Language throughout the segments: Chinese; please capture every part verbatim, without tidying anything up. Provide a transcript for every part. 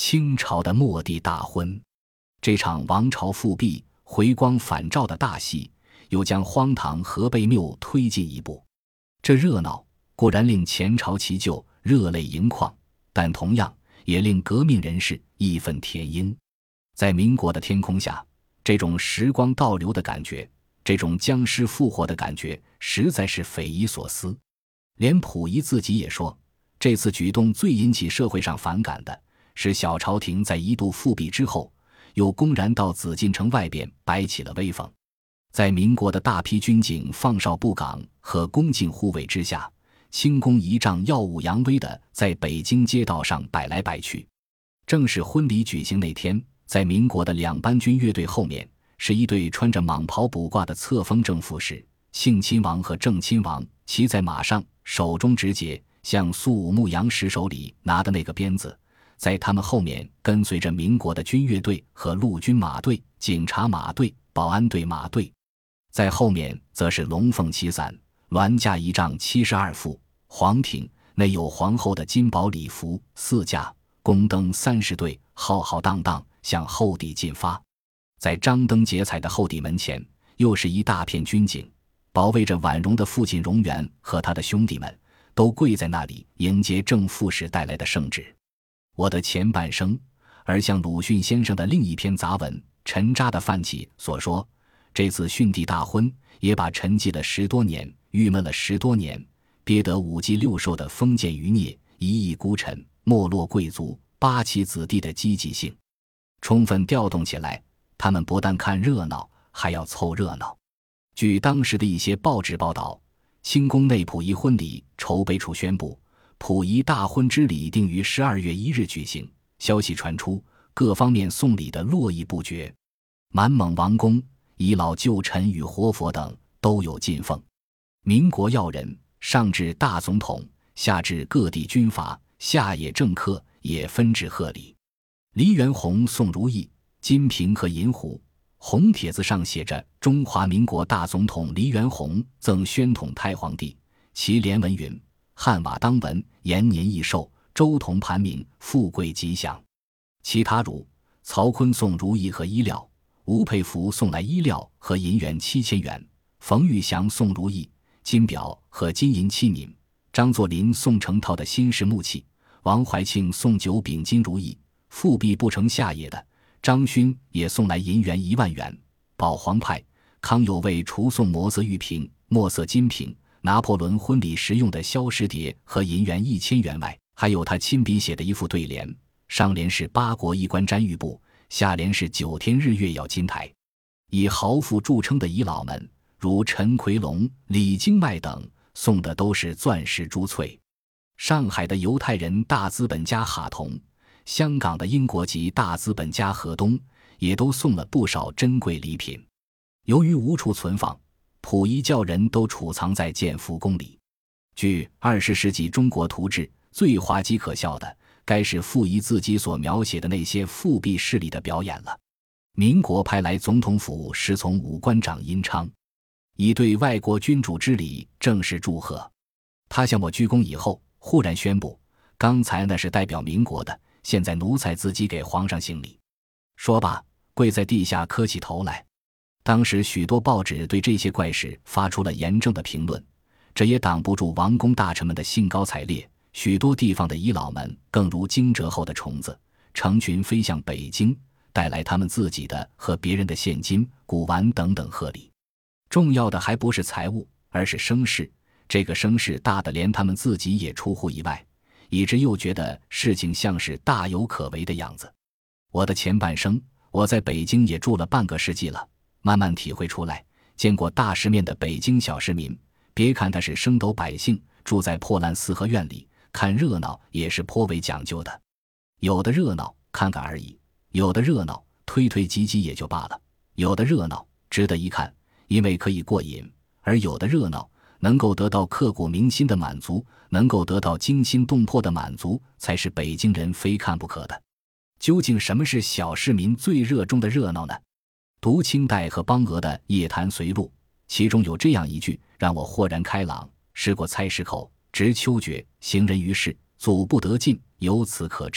清朝的末帝大婚。这场王朝复辟、回光返照的大戏，又将荒唐和悖谬推进一步。这热闹固然令前朝奇旧热泪盈眶，但同样也令革命人士义愤填膺。在民国的天空下，这种时光倒流的感觉，这种僵尸复活的感觉，实在是匪夷所思。连溥仪自己也说，这次举动最引起社会上反感的是小朝廷在一度复辟之后，又公然到紫禁城外边摆起了威风。在民国的大批军警放哨布岗和恭敬护卫之下，轻弓仪仗耀武扬威地在北京街道上摆来摆去。正式婚礼举行那天，在民国的两班军乐队后面，是一对穿着蟒袍卜挂的册封正副使，庆亲王和正亲王骑在马上，手中执节，像苏武牧羊时手里拿的那个鞭子。在他们后面跟随着民国的军乐队和陆军马队、警察马队、保安队马队。在后面则是龙凤七伞，銮驾仪仗七十二副，黄艇内有皇后的金宝礼服四架，宫灯三十对，浩浩荡荡向后地进发。在张灯结彩的后地门前，又是一大片军警，保卫着婉容的父亲荣源和他的兄弟们，都跪在那里迎接正副使带来的圣旨。我的前半生，而像鲁迅先生的另一篇杂文《沉渣的饭气》所说，这次训帝大婚也把沉寂了十多年、郁闷了十多年、憋得五鸡六兽的封建余孽、一亿孤臣、没落贵族、八旗子弟的积极性充分调动起来。他们不但看热闹，还要凑热闹。据当时的一些报纸报道，清宫内溥仪婚礼筹备处宣布，溥仪大婚之礼定于十二月一日举行。消息传出，各方面送礼的络绎不绝，满蒙王公、遗老旧臣与活佛等都有进奉。民国要人，上至大总统，下至各地军阀，下野政客，也纷至贺礼。黎元洪送如意、金瓶和银壶，红帖子上写着中华民国大总统黎元洪赠宣统太皇帝，其连文云：汉瓦当文，延年益寿，周同盘铭，富贵吉祥。其他如曹锟送如意和衣料，吴佩孚送来衣料和银元七千元，冯玉祥送如意、金表和金银器皿，张作霖送成套的新式木器，王怀庆送九柄金如意，复辟不成下野的张勋也送来银元一万元。保皇派康有为除送磨色玉瓶、墨色金瓶，拿破仑婚礼时用的消石碟和银元一千元外，还有他亲笔写的一副对联，上联是八国衣冠瞻玉布，下联是九天日月耀金台。以豪富著称的遗老们，如陈奎龙、李经迈等，送的都是钻石珠翠。上海的犹太人大资本家哈同，香港的英国籍大资本家何东，也都送了不少珍贵礼品。由于无处存放，溥仪叫人都储藏在建福宫里。据二十世纪中国图志，最滑稽可笑的，该是溥仪自己所描写的那些复辟势力的表演了。民国派来总统府侍从武官长殷昌，以对外国君主之礼正式祝贺。他向我鞠躬以后，忽然宣布，刚才那是代表民国的，现在奴才自己给皇上行礼。说罢，跪在地下磕起头来。当时许多报纸对这些怪事发出了严正的评论，这也挡不住王公大臣们的兴高采烈。许多地方的遗老们更如惊蛰后的虫子，成群飞向北京，带来他们自己的和别人的现金、古玩等等贺礼。重要的还不是财物，而是声势。这个声势大得连他们自己也出乎意外，以致又觉得事情像是大有可为的样子。我的前半生，我在北京也住了半个世纪了，慢慢体会出来，见过大世面的北京小市民，别看他是升斗百姓，住在破烂四合院里，看热闹也是颇为讲究的。有的热闹看看而已，有的热闹推推挤挤也就罢了，有的热闹值得一看，因为可以过瘾，而有的热闹能够得到刻骨铭心的满足，能够得到惊心动魄的满足，才是北京人非看不可的。究竟什么是小市民最热衷的热闹呢？读清代和邦俄的《夜谈随录》，其中有这样一句让我豁然开朗：试过菜市口，值秋决，行人于市，阻不得进，由此可知，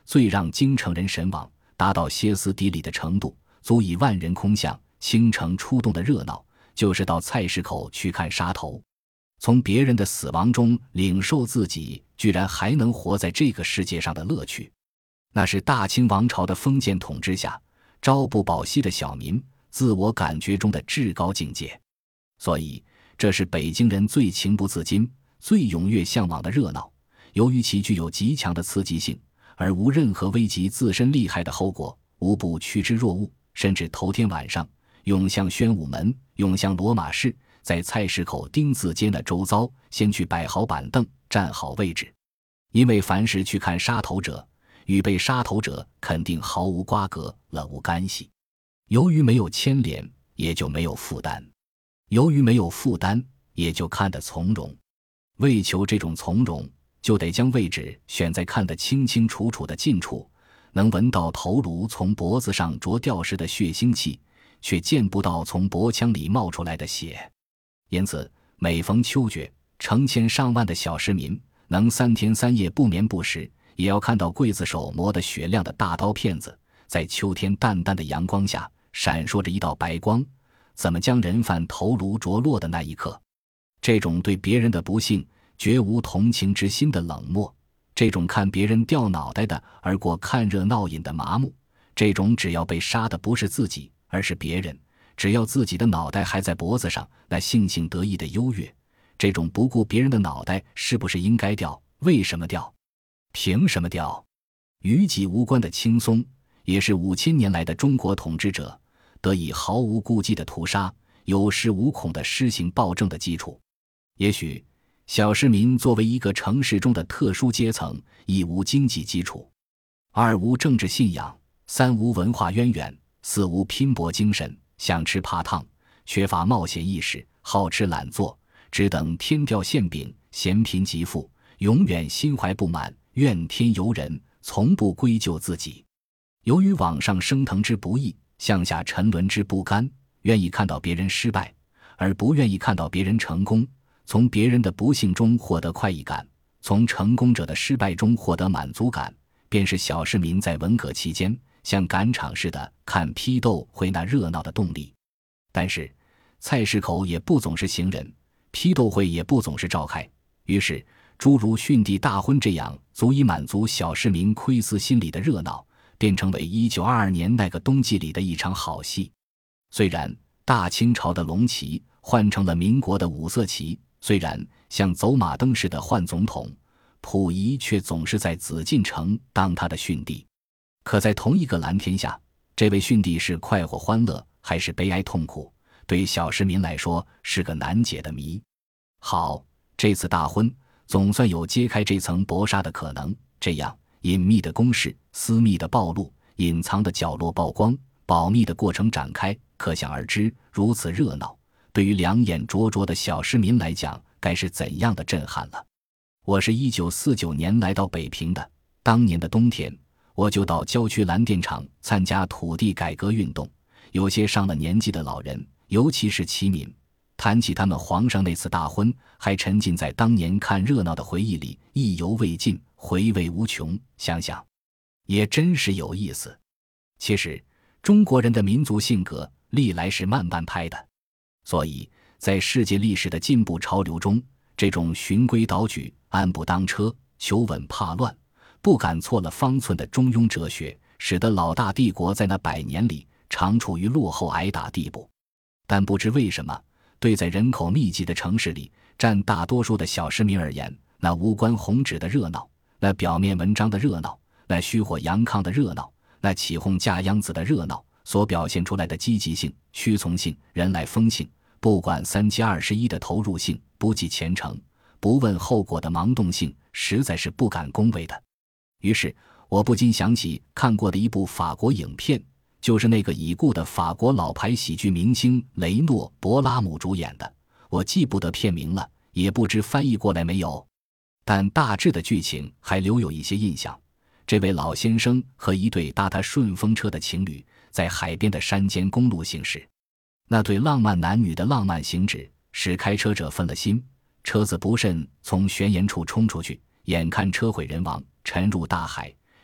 最让京城人神往，达到歇斯底里的程度，足以万人空巷、倾城出动的热闹，就是到菜市口去看杀头，从别人的死亡中领受自己居然还能活在这个世界上的乐趣。那是大清王朝的封建统治下朝不保夕的小民自我感觉中的至高境界。所以这是北京人最情不自禁、最踊跃向往的热闹。由于其具有极强的刺激性，而无任何危及自身利害的后果，无不趋之若鹜，甚至头天晚上涌向宣武门，涌向罗马市，在菜市口丁字街的周遭先去摆好板凳，站好位置。因为凡是去看杀头者，与被杀头者肯定毫无瓜葛，了无干系。由于没有牵连，也就没有负担。由于没有负担，也就看得从容。为求这种从容，就得将位置选在看得清清楚楚的近处，能闻到头颅从脖子上着掉时的血腥气，却见不到从脖腔里冒出来的血。因此每逢秋决，成千上万的小市民能三天三夜不眠不食，也要看到刽子手磨得雪亮的大刀片子在秋天淡淡的阳光下闪烁着一道白光，怎么将人犯头颅着落的那一刻。这种对别人的不幸绝无同情之心的冷漠，这种看别人掉脑袋的而过看热闹瘾的麻木，这种只要被杀的不是自己而是别人，只要自己的脑袋还在脖子上那悻悻得意的优越，这种不顾别人的脑袋是不是应该掉，为什么掉，凭什么掉，与己无关的轻松，也是五千年来的中国统治者得以毫无顾忌的屠杀、有恃无恐的施行暴政的基础。也许小市民作为一个城市中的特殊阶层，一无经济基础，二无政治信仰，三无文化渊源，四无拼搏精神，想吃怕烫，缺乏冒险意识，好吃懒做，只等天掉馅饼，嫌贫及富，永远心怀不满，怨天尤人，从不归咎自己。由于往上升腾之不易，向下沉沦之不甘，愿意看到别人失败，而不愿意看到别人成功，从别人的不幸中获得快意感，从成功者的失败中获得满足感，便是小市民在文革期间像赶场似的看批斗会那热闹的动力。但是菜市口也不总是行人，批斗会也不总是召开，于是诸如训帝大婚这样足以满足小市民窥私心理的热闹，便成为一九二二年那个冬季里的一场好戏。虽然大清朝的龙旗换成了民国的五色旗，虽然像走马灯似的换总统，溥仪却总是在紫禁城当他的训帝。可在同一个蓝天下，这位训帝是快活欢乐还是悲哀痛苦，对小市民来说是个难解的谜。好，这次大婚总算有揭开这层薄纱的可能，这样隐秘的公事、私密的暴露、隐藏的角落曝光、保密的过程展开，可想而知，如此热闹，对于两眼灼灼的小市民来讲，该是怎样的震撼了。我是一九四九年来到北平的，当年的冬天，我就到郊区蓝电厂参加土地改革运动。有些上了年纪的老人，尤其是齐民，谈起他们皇上那次大婚，还沉浸在当年看热闹的回忆里，意犹未尽，回味无穷。想想也真是有意思。其实中国人的民族性格历来是慢半拍的，所以在世界历史的进步潮流中，这种循规蹈矩、安步当车、求稳怕乱、不敢错了方寸的中庸哲学，使得老大帝国在那百年里常处于落后挨打地步。但不知为什么，对在人口密集的城市里占大多数的小市民而言，那无关宏旨的热闹，那表面文章的热闹，那虚火阳亢的热闹，那起哄架秧子的热闹，所表现出来的积极性、屈从性、人来疯性，不管三七二十一的投入性，不计前程、不问后果的盲动性，实在是不敢恭维的。于是我不禁想起看过的一部法国影片，就是那个已故的法国老牌喜剧明星雷诺·博拉姆主演的，我记不得片名了，也不知翻译过来没有，但大致的剧情还留有一些印象。这位老先生和一对搭他顺风车的情侣在海边的山间公路行驶，那对浪漫男女的浪漫行止使开车者分了心，车子不慎从悬崖处冲出去，眼看车毁人亡，沉入大海，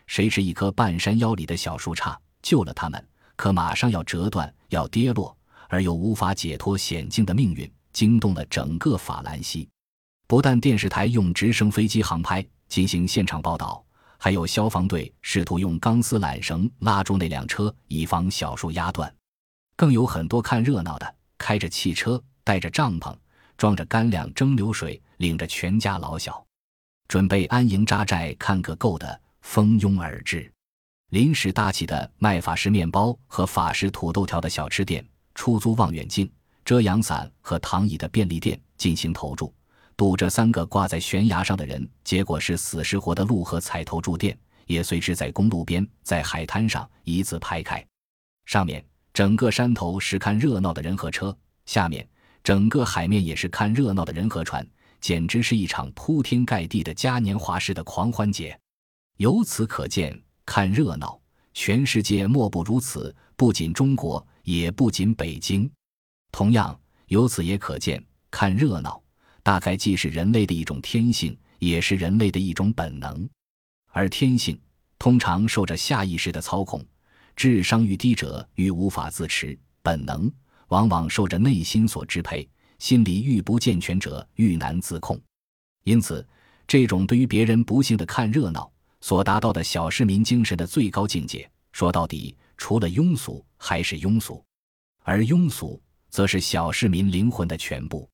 谁知一棵半山腰里的小树杈救了他们，可马上要折断，要跌落，而又无法解脱险境的命运，惊动了整个法兰西。不但电视台用直升飞机航拍进行现场报道，还有消防队试图用钢丝缆绳拉住那辆车，以防小树压断。更有很多看热闹的，开着汽车，带着帐篷，装着干粮蒸馏水，领着全家老小，准备安营扎寨看个够的，蜂拥而至。临时搭起的卖法式面包和法式土豆条的小吃店，出租望远镜、遮阳伞和躺椅的便利店进行投注，赌这三个挂在悬崖上的人，结果是死是活的路和彩头住店也随之在公路边、在海滩上一字排开。上面整个山头是看热闹的人和车，下面整个海面也是看热闹的人和船，简直是一场铺天盖地的嘉年华式的狂欢节。由此可见，看热闹，全世界莫不如此，不仅中国，也不仅北京。同样，由此也可见，看热闹大概既是人类的一种天性，也是人类的一种本能。而天性通常受着下意识的操控，智商愈低者愈无法自持，本能往往受着内心所支配，心理愈不健全者愈难自控。因此，这种对于别人不幸的看热闹所达到的小市民精神的最高境界，说到底除了庸俗还是庸俗，而庸俗则是小市民灵魂的全部。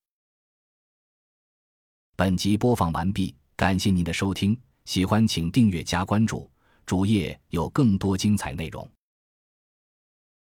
本集播放完毕，感谢您的收听，喜欢请订阅加关注，主页有更多精彩内容。